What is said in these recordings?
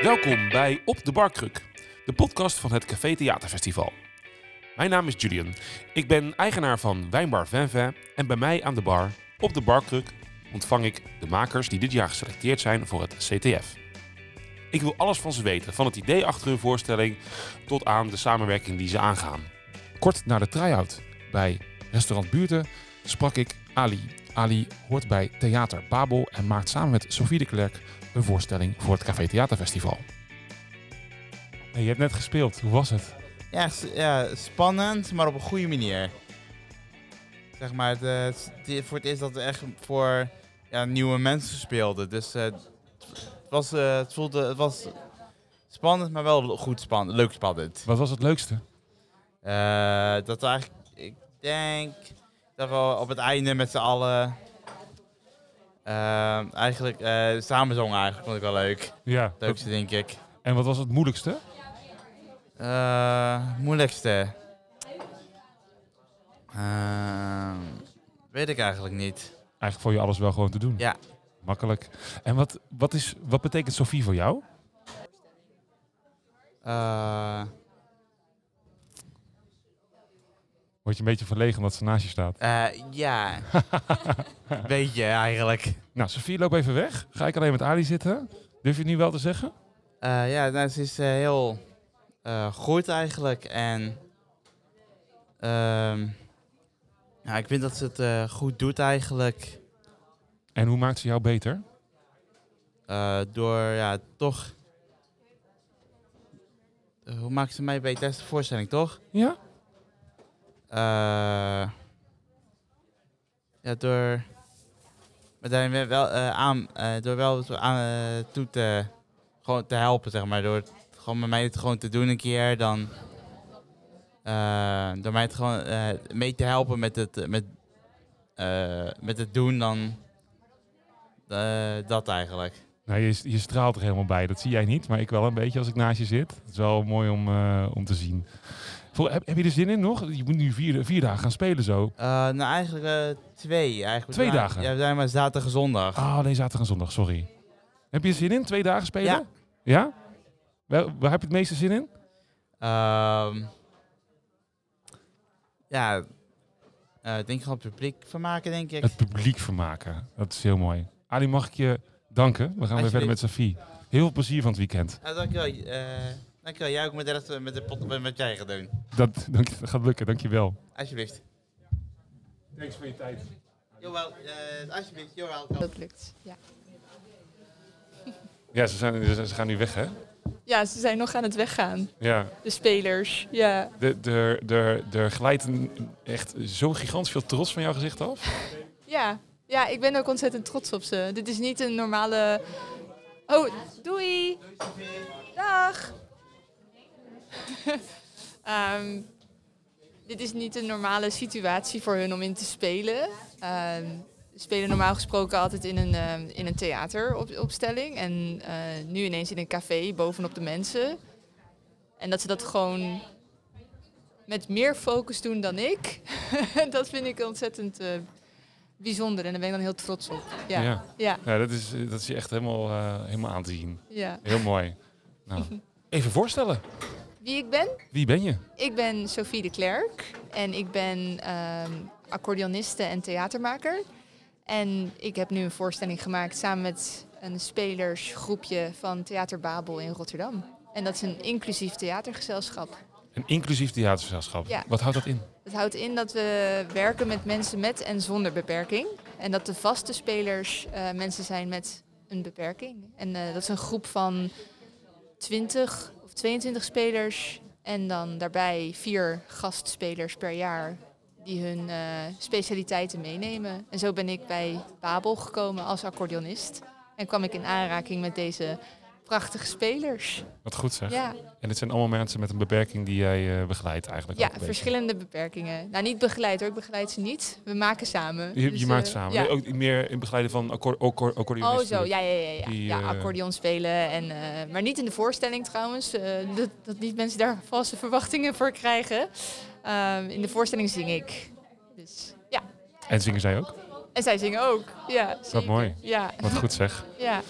Welkom bij Op de Barkruk, de podcast van het Café Theaterfestival. Mijn naam is Julian. Ik ben eigenaar van Wijnbar Vinvin en bij mij aan de bar, op de Barkruk, ontvang ik de makers die dit jaar geselecteerd zijn voor het CTF. Ik wil alles van ze weten, van het idee achter hun voorstelling tot aan de samenwerking die ze aangaan. Kort na de try-out bij Restaurant Buurten sprak ik Ali. Ali hoort bij Theater Babel en maakt samen met Sophie de Klerk een voorstelling voor het Café Theaterfestival. Hey, je hebt net gespeeld, hoe was het? Ja, spannend, maar op een goede manier. Zeg maar, voor het eerst dat we echt voor nieuwe mensen speelden. Dus het was spannend, maar wel goed spannend, leuk spannend. Wat was het leukste? Dat we eigenlijk, ik denk dat we op het einde met z'n allen samen zongen eigenlijk, vond ik wel leuk. Ja. Het leukste, denk ik. En wat was het moeilijkste? Moeilijkste? Weet ik eigenlijk niet. Eigenlijk vond je alles wel gewoon te doen. Ja. Makkelijk. En wat betekent Sophie voor jou? Word je een beetje verlegen omdat ze naast je staat? Ja. Weet je eigenlijk. Nou, Sophie, loop even weg. Ga ik alleen met Ali zitten? Durf je het nu wel te zeggen? Ze is heel goed eigenlijk. En ik vind dat ze het goed doet eigenlijk. En hoe maakt ze jou beter? Toch. Hoe maakt ze mij beter? Dat is de voorstelling, toch? Ja? Door gewoon te helpen, zeg maar. Door het gewoon met mij het gewoon te doen een keer, dan door mij het gewoon mee te helpen met het doen, dan dat eigenlijk. Nou, je straalt er helemaal bij. Dat zie jij niet, maar ik wel een beetje als ik naast je zit. Het is wel mooi om te zien. Heb je er zin in nog? Je moet nu vier dagen gaan spelen zo. Eigenlijk 2. Eigenlijk. 2 dagen? Ja, we zijn maar zaterdag en zondag. Oh, nee, zaterdag en zondag, sorry. Heb je er zin in? 2 dagen spelen? Ja. Ja? Waar heb je het meeste zin in? Ik denk gewoon het publiek vermaken, denk ik. Het publiek vermaken. Dat is heel mooi. Ali, mag ik je danken? We gaan weer verder met Sophie. Heel veel plezier van het weekend. Dankjewel. Dankjewel. Jij ook met de rest met de pot met jij gaat doen. Dat gaat lukken, dankjewel. Alsjeblieft. Thanks voor je tijd. Jawel, alsjeblieft. Jawel. Dat lukt, ja. Ja, ze gaan nu weg, hè? Ja, ze zijn nog aan het weggaan. Ja. De spelers, ja. Er glijdt echt zo gigantisch veel trots van jouw gezicht af. Ja, ik ben ook ontzettend trots op ze. Dit is niet een normale... Oh, doei! Dag! Dit is niet een normale situatie voor hun om in te spelen. Ze spelen normaal gesproken altijd in een theateropstelling. En nu ineens in een café bovenop de mensen. En dat ze dat gewoon met meer focus doen dan ik. Dat vind ik ontzettend bijzonder. En daar ben ik dan heel trots op. Ja, dat is je echt helemaal aan te zien. Ja. Heel mooi. Nou, even voorstellen. Wie ik ben? Wie ben je? Ik ben Sophie de Klerk. En ik ben accordeoniste en theatermaker. En ik heb nu een voorstelling gemaakt samen met een spelersgroepje van Theater Babel in Rotterdam. En dat is een inclusief theatergezelschap. Een inclusief theatergezelschap? Ja. Wat houdt dat in? Het houdt in dat we werken met mensen met en zonder beperking. En dat de vaste spelers mensen zijn met een beperking. En dat is een groep van 20 of 22 spelers. En dan daarbij 4 gastspelers per jaar die hun specialiteiten meenemen. En zo ben ik bij Babel gekomen als accordeonist. En kwam ik in aanraking met deze prachtige spelers. Wat goed zeg. Ja. En het zijn allemaal mensen met een beperking die jij begeleidt eigenlijk? Ja, ook een beetje. verschillende beperkingen. Nou, niet begeleid hoor, ik begeleid ze niet. We maken samen. Je maakt samen? Ja. Nee, ook meer in begeleiden van accordeonisten? Oh zo, ja. Die, Accordeon spelen. Maar niet in de voorstelling trouwens. Dat niet mensen daar valse verwachtingen voor krijgen. In de voorstelling zing ik. Dus ja. En zingen zij ook? En zij zingen ook. Ja, Wat mooi. Ja. Wat goed zeg. Ja.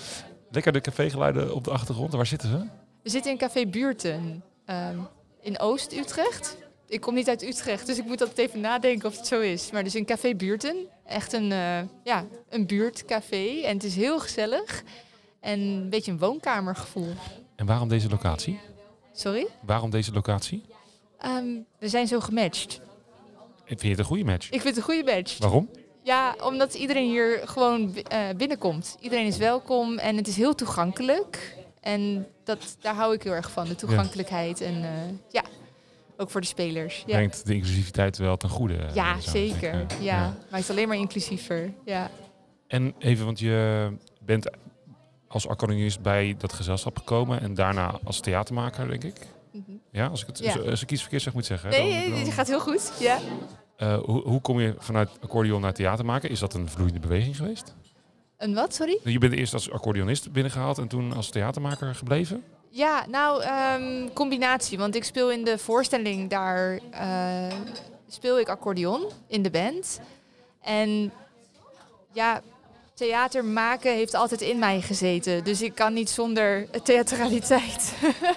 Lekker de cafégeluiden op de achtergrond. Waar zitten ze? We zitten in Café Buurten in Oost-Utrecht. Ik kom niet uit Utrecht, dus ik moet altijd even nadenken of het zo is. Maar dus in Café Buurten. Echt een buurtcafé. En het is heel gezellig. En een beetje een woonkamergevoel. En waarom deze locatie? Sorry? Waarom deze locatie? We zijn zo gematcht. Vind je het een goede match? Ik vind het een goede match. Waarom? Ja, omdat iedereen hier gewoon binnenkomt. Iedereen is welkom en het is heel toegankelijk. En daar hou ik heel erg van, de toegankelijkheid. En ook voor de spelers. Ja, Brengt de inclusiviteit wel ten goede? ja zou ik zeker. denken. Ja. Maakt het alleen maar inclusiever. Ja. En even, want je bent als accordeonist bij dat gezelschap gekomen en daarna als theatermaker, denk ik. Mhm. Ja, als ik iets verkeerd zeg, moet zeggen. Hè, Nee, het gaat heel goed. Ja. Hoe kom je vanuit accordeon naar theater maken? Is dat een vloeiende beweging geweest? Een wat, sorry? Je bent eerst als accordeonist binnengehaald en toen als theatermaker gebleven? Ja, nou, combinatie. Want ik speel in de voorstelling daar, speel ik accordeon in de band. En ja, theater maken heeft altijd in mij gezeten. Dus ik kan niet zonder theatraliteit.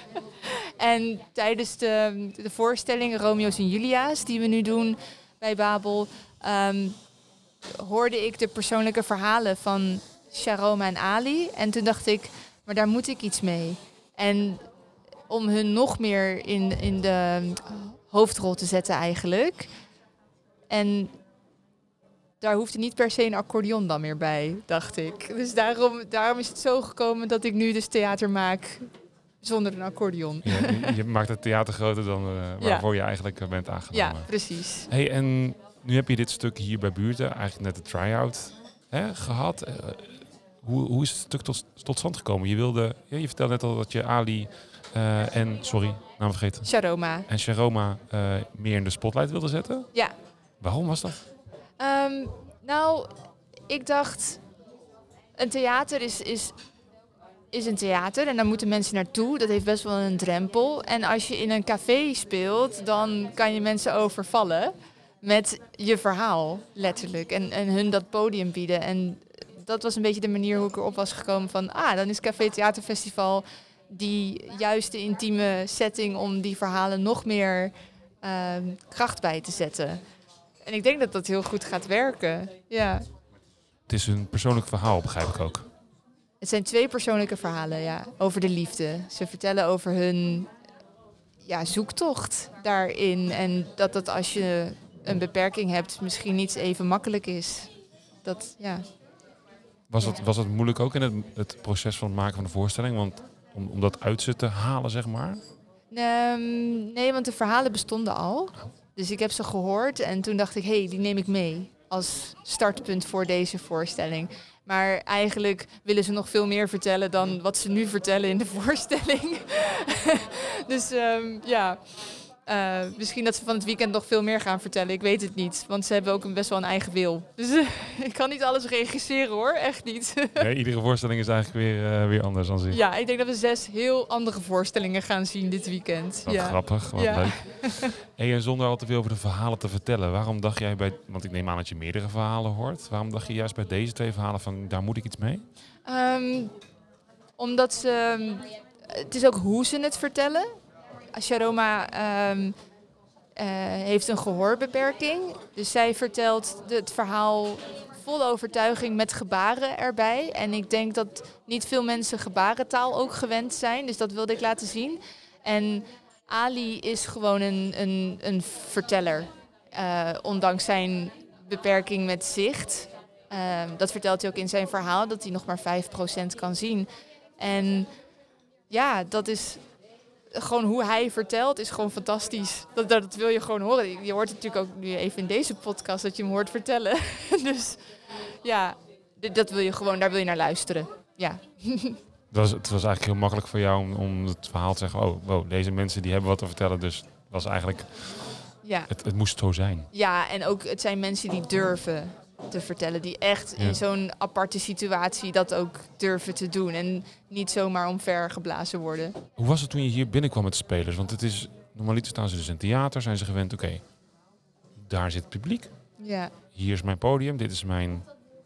En tijdens de voorstelling Romeo's en Julia's die we nu doen bij Babel, hoorde ik de persoonlijke verhalen van Sharoma en Ali. En toen dacht ik, maar daar moet ik iets mee. En om hun nog meer in de hoofdrol te zetten eigenlijk. En daar hoefde niet per se een accordeon dan meer bij, dacht ik. Dus daarom is het zo gekomen dat ik nu dus theater maak zonder een accordeon. Ja, je maakt het theater groter dan waarvoor je eigenlijk bent aangenomen. Ja, precies. Hey, en nu heb je dit stuk hier bij Buurten, eigenlijk net de try-out gehad. Hoe is het stuk tot stand gekomen? Je vertelde net al dat je Ali naam vergeten. Sharoma. En Sharoma meer in de spotlight wilde zetten. Ja. Waarom was dat? Nou, ik dacht, een theater is een theater en daar moeten mensen naartoe. Dat heeft best wel een drempel. En als je in een café speelt, dan kan je mensen overvallen met je verhaal, letterlijk. En hun dat podium bieden. En dat was een beetje de manier hoe ik erop was gekomen van, dan is Café Theaterfestival die juiste intieme setting om die verhalen nog meer kracht bij te zetten. En ik denk dat dat heel goed gaat werken. Ja. Het is een persoonlijk verhaal, begrijp ik ook. Het zijn 2 persoonlijke verhalen, ja, over de liefde. Ze vertellen over hun zoektocht daarin. En dat als je een beperking hebt, misschien niet even makkelijk is. Was het moeilijk ook in het proces van het maken van de voorstelling? Want om dat uit ze te halen, zeg maar? Nee, want de verhalen bestonden al. Dus ik heb ze gehoord en toen dacht ik, die neem ik mee als startpunt voor deze voorstelling. Maar eigenlijk willen ze nog veel meer vertellen dan wat ze nu vertellen in de voorstelling. Dus misschien dat ze van het weekend nog veel meer gaan vertellen. Ik weet het niet, want ze hebben ook best wel een eigen wil. Dus ik kan niet alles regisseren hoor, echt niet. Nee, iedere voorstelling is eigenlijk weer anders dan zich. Ja, ik denk dat we 6 heel andere voorstellingen gaan zien dit weekend. Wat grappig, wat leuk. En zonder al te veel over de verhalen te vertellen, waarom dacht jij want ik neem aan dat je meerdere verhalen hoort. Waarom dacht je juist bij deze 2 verhalen van, daar moet ik iets mee? Omdat het is ook hoe ze het vertellen. Sharoma heeft een gehoorbeperking. Dus zij vertelt het verhaal vol overtuiging met gebaren erbij. En ik denk dat niet veel mensen gebarentaal ook gewend zijn. Dus dat wilde ik laten zien. En Ali is gewoon een verteller. Ondanks zijn beperking met zicht. Dat vertelt hij ook in zijn verhaal, dat hij nog maar 5% kan zien. En ja, dat is gewoon hoe hij vertelt, is gewoon fantastisch. Dat wil je gewoon horen. Je hoort het natuurlijk ook nu even in deze podcast dat je hem hoort vertellen. Dus ja, dat wil je gewoon, daar wil je naar luisteren. Ja. Het was eigenlijk heel makkelijk voor jou om het verhaal te zeggen, deze mensen die hebben wat te vertellen, dus het was eigenlijk, het moest zo zijn. Ja, en ook het zijn mensen die durven te vertellen, die echt in zo'n aparte situatie dat ook durven te doen en niet zomaar omvergeblazen worden. Hoe was het toen je hier binnenkwam met de spelers? Want het is, normaliter staan ze dus in theater, zijn ze gewend, daar zit het publiek. Ja. Hier is mijn podium, dit is mijn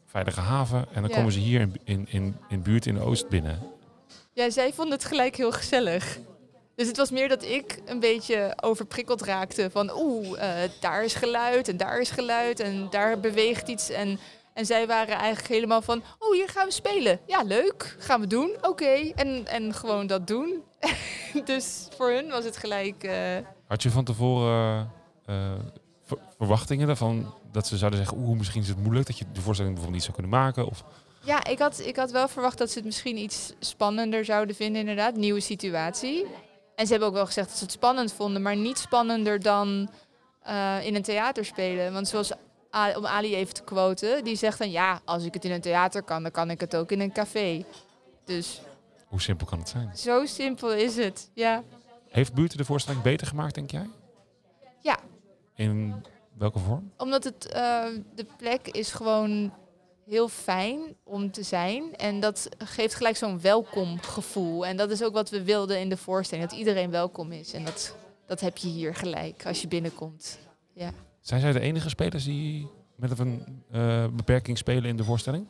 veilige haven. En dan Ja. komen ze hier in buurt in de Oost binnen. Ja, zij vond het gelijk heel gezellig. Dus het was meer dat ik een beetje overprikkeld raakte van daar is geluid en daar is geluid en daar beweegt iets. En zij waren eigenlijk helemaal van, hier gaan we spelen. Ja, leuk, gaan we doen, oké. En gewoon dat doen. Dus voor hun was het gelijk... Had je van tevoren verwachtingen daarvan dat ze zouden zeggen, misschien is het moeilijk dat je de voorstelling bijvoorbeeld niet zou kunnen maken? Of... Ja, ik had wel verwacht dat ze het misschien iets spannender zouden vinden, inderdaad. Nieuwe situatie. En ze hebben ook wel gezegd dat ze het spannend vonden, maar niet spannender dan in een theater spelen. Want zoals, om Ali even te quoten, die zegt dan, ja, als ik het in een theater kan, dan kan ik het ook in een café. Dus Hoe simpel kan het zijn? zo simpel is het, ja. Heeft Buurten de voorstelling beter gemaakt, denk jij? Ja. In welke vorm? Omdat de plek is gewoon heel fijn om te zijn. En dat geeft gelijk zo'n welkom gevoel. En dat is ook wat we wilden in de voorstelling. Dat iedereen welkom is. En dat heb je hier gelijk als je binnenkomt. Ja. Zijn zij de enige spelers die met een beperking spelen in de voorstelling?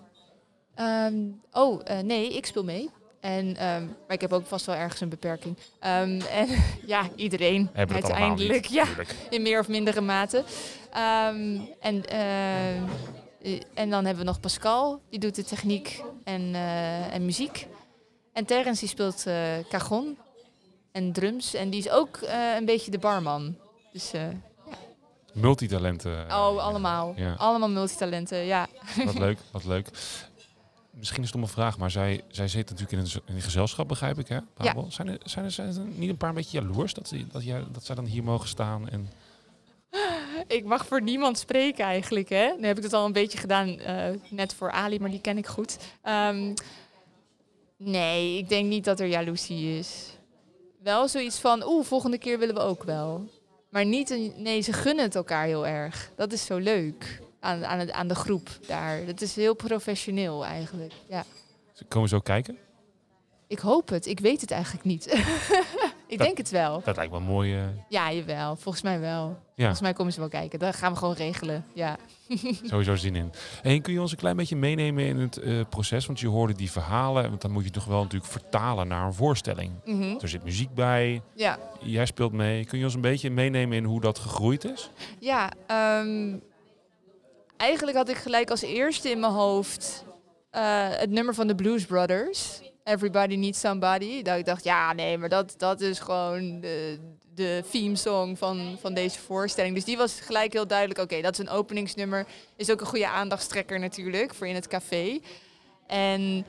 Nee, ik speel mee. Maar ik heb ook vast wel ergens een beperking. En ja, iedereen Hebben het uiteindelijk. allemaal Ja, niet, in meer of mindere mate. En dan hebben we nog Pascal, die doet de techniek en muziek. En Terrence die speelt cajon en drums. En die is ook een beetje de barman. Dus Multitalenten. allemaal. Ja. Allemaal multitalenten, ja. Wat leuk, wat leuk. Misschien een stomme vraag, maar zij zit natuurlijk in een gezelschap, begrijp ik, hè, Babel? Ja. Zijn er niet een paar een beetje jaloers dat zij dan hier mogen staan? En... Ik mag voor niemand spreken eigenlijk, hè. Nu heb ik het al een beetje gedaan, net voor Ali, maar die ken ik goed. Nee, ik denk niet dat er jaloezie is. Wel zoiets van, volgende keer willen we ook wel. Maar nee, ze gunnen het elkaar heel erg. Dat is zo leuk aan de groep daar. Dat is heel professioneel eigenlijk, ja. Komen ze ook kijken? Ik hoop het. Ik weet het eigenlijk niet. Ik denk het wel. Dat lijkt wel mooi. Ja, jawel. Volgens mij wel. Ja. Volgens mij komen ze wel kijken. Dat gaan we gewoon regelen. Ja. Sowieso zin in. En kun je ons een klein beetje meenemen in het proces? Want je hoorde die verhalen. Want dan moet je toch wel natuurlijk vertalen naar een voorstelling. Mm-hmm. Er zit muziek bij. Ja. Jij speelt mee. Kun je ons een beetje meenemen in hoe dat gegroeid is? Ja, eigenlijk had ik gelijk als eerste in mijn hoofd het nummer van de Blues Brothers. Everybody Needs Somebody. Dat ik dacht, ja, nee, maar dat is gewoon de theme song van deze voorstelling. Dus die was gelijk heel duidelijk, oké, dat is een openingsnummer. Is ook een goede aandachtstrekker natuurlijk voor in het café. En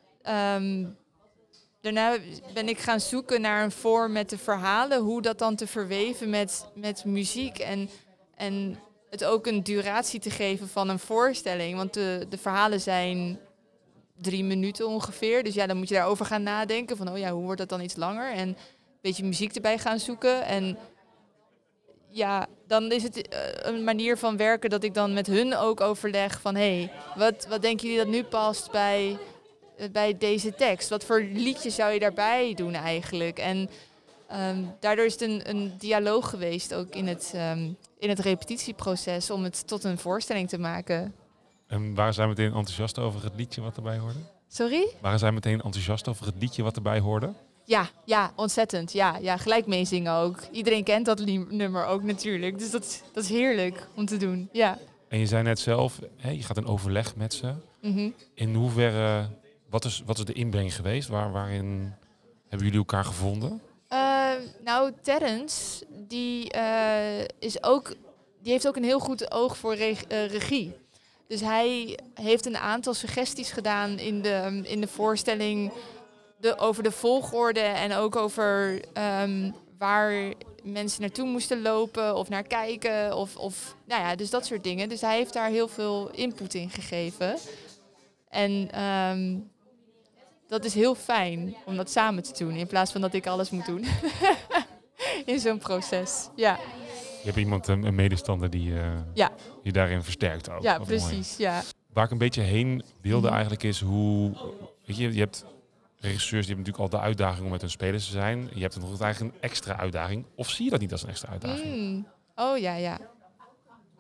daarna ben ik gaan zoeken naar een vorm met de verhalen. Hoe dat dan te verweven met muziek. En het ook een duratie te geven van een voorstelling. Want de verhalen zijn 3 minuten ongeveer. Dus ja, dan moet je daarover gaan nadenken. Van, hoe wordt dat dan iets langer? En een beetje muziek erbij gaan zoeken. En ja, dan is het een manier van werken dat ik dan met hun ook overleg van... wat denken jullie dat nu past bij deze tekst? Wat voor liedje zou je daarbij doen eigenlijk? En daardoor is het een dialoog geweest ook in het repetitieproces om het tot een voorstelling te maken. En waren zij meteen enthousiast over het liedje wat erbij hoorde? Sorry? Waren zij meteen enthousiast over het liedje wat erbij hoorde? Ja, ontzettend. Ja, gelijk meezingen ook. Iedereen kent dat nummer ook natuurlijk. Dus dat is heerlijk om te doen, ja. En je zei net zelf, je gaat in overleg met ze. Mm-hmm. In hoeverre, wat is de inbreng geweest? Waarin hebben jullie elkaar gevonden? Terrence, die heeft ook een heel goed oog voor regie. Dus hij heeft een aantal suggesties gedaan in de voorstelling over de volgorde en ook over waar mensen naartoe moesten lopen of naar kijken of dus dat soort dingen. Dus hij heeft daar heel veel input in gegeven. En dat is heel fijn om dat samen te doen in plaats van dat ik alles moet doen in zo'n proces. Ja. Je hebt iemand, een medestander die je daarin versterkt ook. Ja, Wat precies. mooi. Ja. Waar ik een beetje heen wilde eigenlijk is hoe... Weet je hebt regisseurs die hebben natuurlijk al de uitdaging om met hun spelers te zijn. Je hebt dan nog eigenlijk een extra uitdaging. Of zie je dat niet als een extra uitdaging? Oh ja.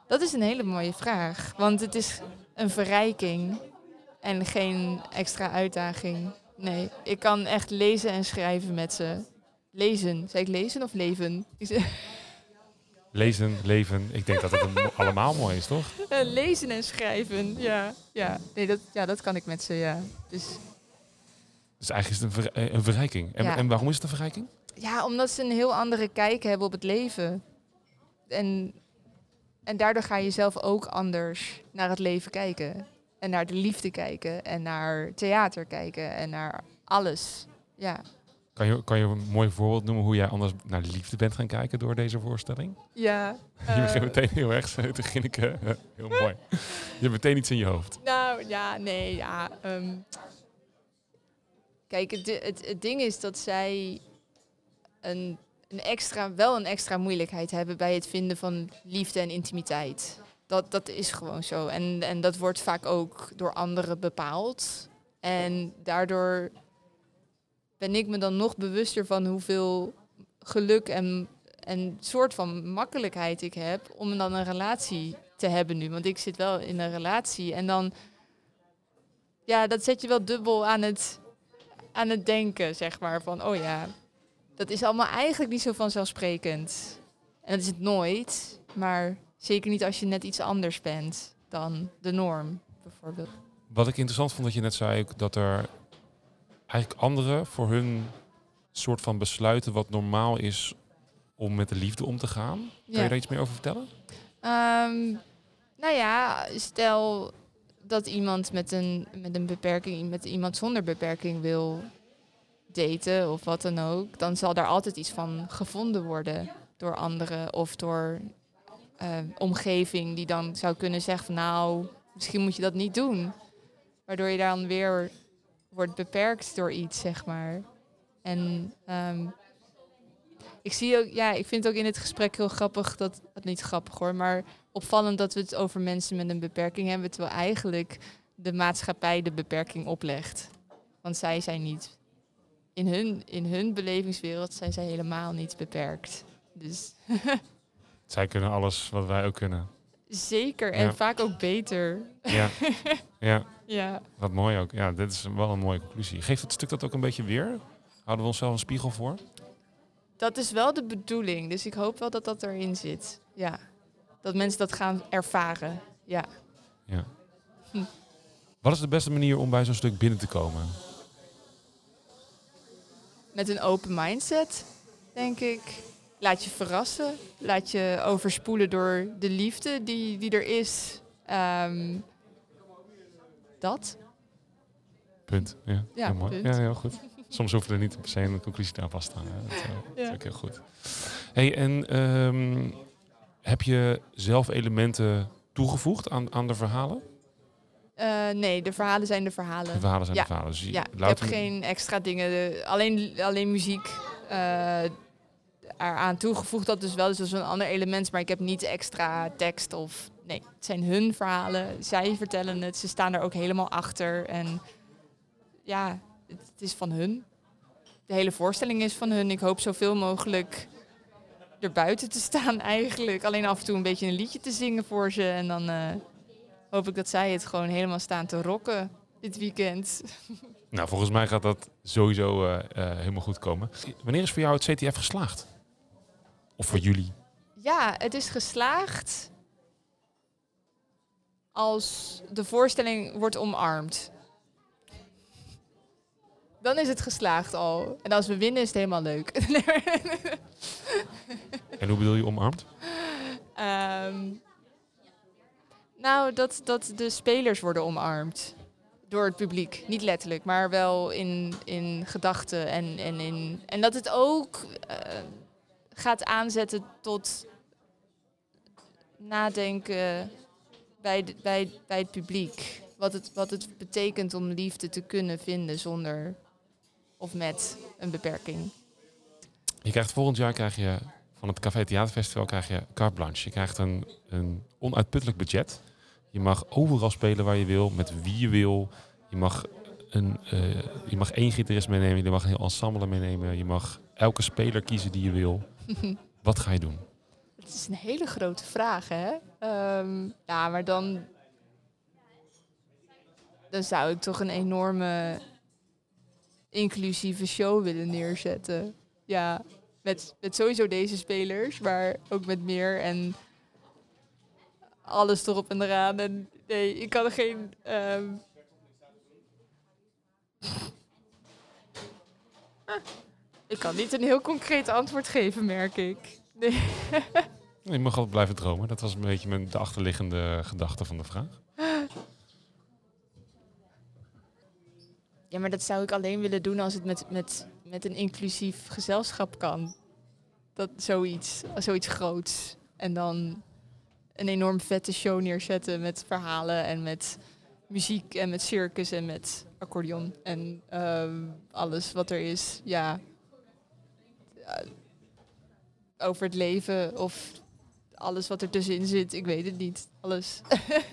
Dat is een hele mooie vraag. Want het is een verrijking en geen extra uitdaging. Nee, ik kan echt lezen en schrijven met ze. Lezen. Zei ik lezen of leven? Lezen, leven. Ik denk dat het allemaal mooi is, toch? Lezen en schrijven, ja. Nee, dat kan ik met ze, ja. Dus eigenlijk is het een verrijking. En waarom is het een verrijking? Ja, omdat ze een heel andere kijk hebben op het leven. En daardoor ga je zelf ook anders naar het leven kijken. En naar de liefde kijken. En naar theater kijken. En naar alles. Ja. Kan je een mooi voorbeeld noemen hoe jij anders naar de liefde bent gaan kijken door deze voorstelling? Ja. Je begint meteen heel erg. Toen ging ik heel mooi. Je hebt meteen iets in je hoofd. Nou, ja, nee, ja. Kijk, het ding is dat zij een extra moeilijkheid hebben bij het vinden van liefde en intimiteit. Dat is gewoon zo. En dat wordt vaak ook door anderen bepaald. En daardoor ben ik me dan nog bewuster van hoeveel geluk en soort van makkelijkheid ik heb om dan een relatie te hebben nu. Want ik zit wel in een relatie en dan, ja, dat zet je wel dubbel aan het denken, zeg maar. Van, oh ja, dat is allemaal eigenlijk niet zo vanzelfsprekend. En dat is het nooit, maar zeker niet als je net iets anders bent dan de norm, bijvoorbeeld. Wat ik interessant vond dat je net zei, dat er eigenlijk anderen voor hun soort van besluiten wat normaal is om met de liefde om te gaan. Kan je daar iets meer over vertellen? Nou ja, stel dat iemand met een beperking, met iemand zonder beperking wil daten of wat dan ook, dan zal daar altijd iets van gevonden worden door anderen of door omgeving die dan zou kunnen zeggen van nou, misschien moet je dat niet doen. Waardoor je dan weer wordt beperkt door iets, zeg maar. En ik zie ook, ja, ik vind ook in het gesprek heel grappig dat, niet grappig hoor, maar opvallend dat we het over mensen met een beperking hebben, terwijl eigenlijk de maatschappij de beperking oplegt. Want zij zijn niet, in hun belevingswereld zijn zij helemaal niet beperkt. Dus zij kunnen alles wat wij ook kunnen. Zeker, en vaak ook beter. Ja. Wat mooi ook. Ja, dit is wel een mooie conclusie. Geeft het stuk dat ook een beetje weer? Houden we onszelf een spiegel voor? Dat is wel de bedoeling, dus ik hoop wel dat dat erin zit. Ja, dat mensen dat gaan ervaren. Ja. Wat is de beste manier om bij zo'n stuk binnen te komen? Met een open mindset, denk ik. Laat je verrassen. Laat je overspoelen door de liefde die er is. Dat. Punt. Ja, heel mooi. Punt. Ja, heel goed. Soms hoeft er niet per se een conclusie aan vast te staan. Dat is ook heel goed. Hey, en heb je zelf elementen toegevoegd aan de verhalen? Nee, de verhalen zijn de verhalen. De verhalen zijn de verhalen. Dus ik heb geen extra dingen. Alleen muziek eraan toegevoegd. Dat is wel, dus dat is een ander element. Maar ik heb niet extra tekst of... Nee, het zijn hun verhalen. Zij vertellen het. Ze staan er ook helemaal achter. En ja, het is van hun. De hele voorstelling is van hun. Ik hoop zoveel mogelijk erbuiten te staan eigenlijk. Alleen af en toe een beetje een liedje te zingen voor ze. En dan hoop ik dat zij het gewoon helemaal staan te rocken dit weekend. Nou, volgens mij gaat dat sowieso helemaal goed komen. Wanneer is voor jou het CTF geslaagd? Of voor jullie? Ja, het is geslaagd als de voorstelling wordt omarmd. Dan is het geslaagd al. En als we winnen is het helemaal leuk. En hoe bedoel je omarmd? Nou, dat de spelers worden omarmd. Door het publiek. Niet letterlijk, maar wel in gedachten. En dat het ook gaat aanzetten tot nadenken bij het publiek. Wat het betekent om liefde te kunnen vinden zonder of met een beperking. Je krijgt volgend jaar van het Café Theaterfestival carte blanche. Je krijgt een onuitputtelijk budget. Je mag overal spelen waar je wil, met wie je wil. Je mag 1 gitarist meenemen, je mag een heel ensemble meenemen. Je mag elke speler kiezen die je wil. Wat ga je doen? Het is een hele grote vraag, hè? Ja, maar dan zou ik toch een enorme inclusieve show willen neerzetten. Ja, met sowieso deze spelers, maar ook met meer en alles erop en eraan. En nee, ik kan er geen... Ik kan niet een heel concreet antwoord geven, merk ik. Nee. Je mag altijd blijven dromen. Dat was een beetje de achterliggende gedachte van de vraag. Ja, maar dat zou ik alleen willen doen als het met een inclusief gezelschap kan. Dat zoiets groots. En dan een enorm vette show neerzetten met verhalen en met muziek en met circus en met accordeon. En alles wat er is, ja. Over het leven of alles wat er tussenin zit. Ik weet het niet. Alles.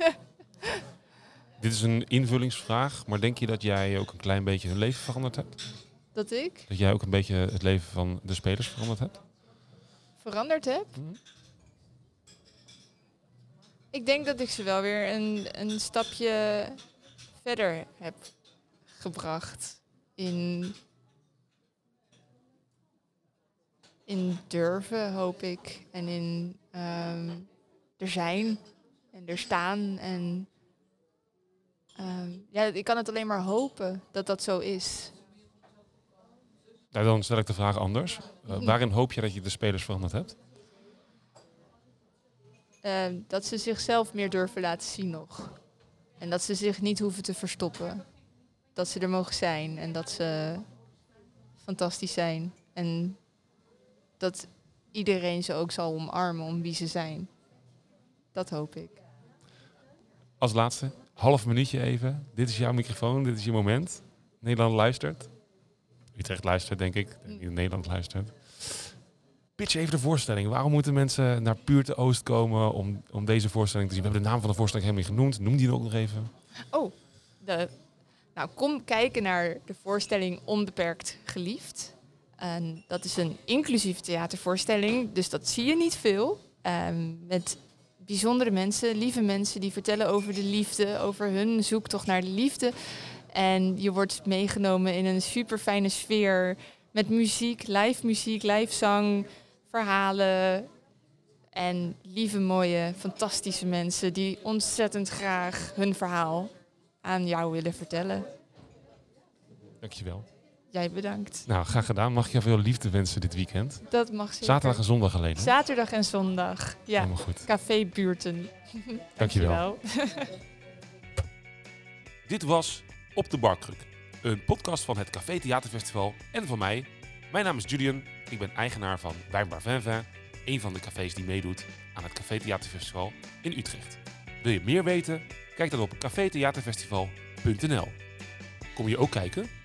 Dit is een invullingsvraag, maar denk je dat jij ook een klein beetje hun leven veranderd hebt? Dat ik Dat jij ook een beetje het leven van de spelers veranderd hebt? veranderd heb? Ik denk dat ik ze wel weer een stapje verder heb gebracht in durven, hoop ik. En in er zijn en er staan. En ja, ik kan het alleen maar hopen dat dat zo is. Nou, dan stel ik de vraag anders. Waarin hoop je dat je de spelers veranderd hebt? Dat ze zichzelf meer durven laten zien nog. En dat ze zich niet hoeven te verstoppen. Dat ze er mogen zijn en dat ze fantastisch zijn. En dat iedereen ze ook zal omarmen om wie ze zijn. Dat hoop ik. Als laatste, half minuutje even. Dit is jouw microfoon, dit is je moment. Nederland luistert. Utrecht luistert, denk ik. Niet dat Nederland luistert. Pitch even de voorstelling. Waarom moeten mensen naar Puur te Oost komen om deze voorstelling te zien? We hebben de naam van de voorstelling helemaal niet genoemd. Noem die ook nog even. Oh, kom kijken naar de voorstelling Onbeperkt Geliefd. En dat is een inclusieve theatervoorstelling, dus dat zie je niet veel. Met bijzondere mensen, lieve mensen die vertellen over de liefde, over hun zoektocht naar de liefde. En je wordt meegenomen in een super fijne sfeer met muziek, live zang, verhalen en lieve, mooie, fantastische mensen die ontzettend graag hun verhaal aan jou willen vertellen. Dankjewel. Jij bedankt. Nou, graag gedaan. Mag ik jou veel liefde wensen dit weekend? Dat mag zeker. Zaterdag en zondag alleen. Hè? Zaterdag en zondag. Ja, helemaal goed. Café Buurten. Dankjewel. Dit was Op de Barkruk. Een podcast van het Café Theaterfestival en van mij. Mijn naam is Julian. Ik ben eigenaar van Wijnbar Vinvin. Een van de cafés die meedoet aan het Café Theaterfestival in Utrecht. Wil je meer weten? Kijk dan op cafetheaterfestival.nl. Kom je ook kijken?